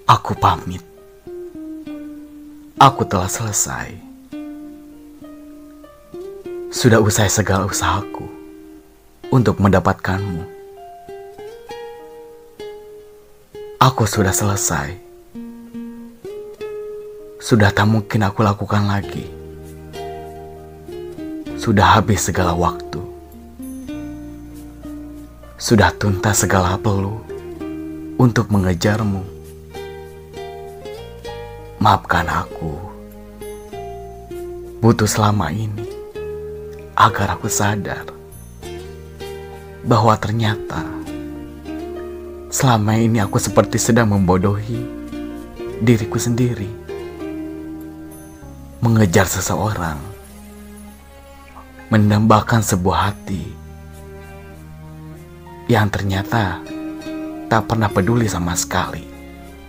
Aku pamit. Aku telah selesai. Sudah usai segala usahaku untuk mendapatkanmu. Aku sudah selesai. Sudah tak mungkin aku lakukan lagi. Sudah habis segala waktu. Sudah tuntas segala peluh untuk mengejarmu. Maafkan aku. Butuh selama ini agar aku sadar bahwa ternyata selama ini aku seperti sedang membodohi diriku sendiri. Mengejar seseorang, mendambakan sebuah hati yang ternyata tak pernah peduli sama sekali.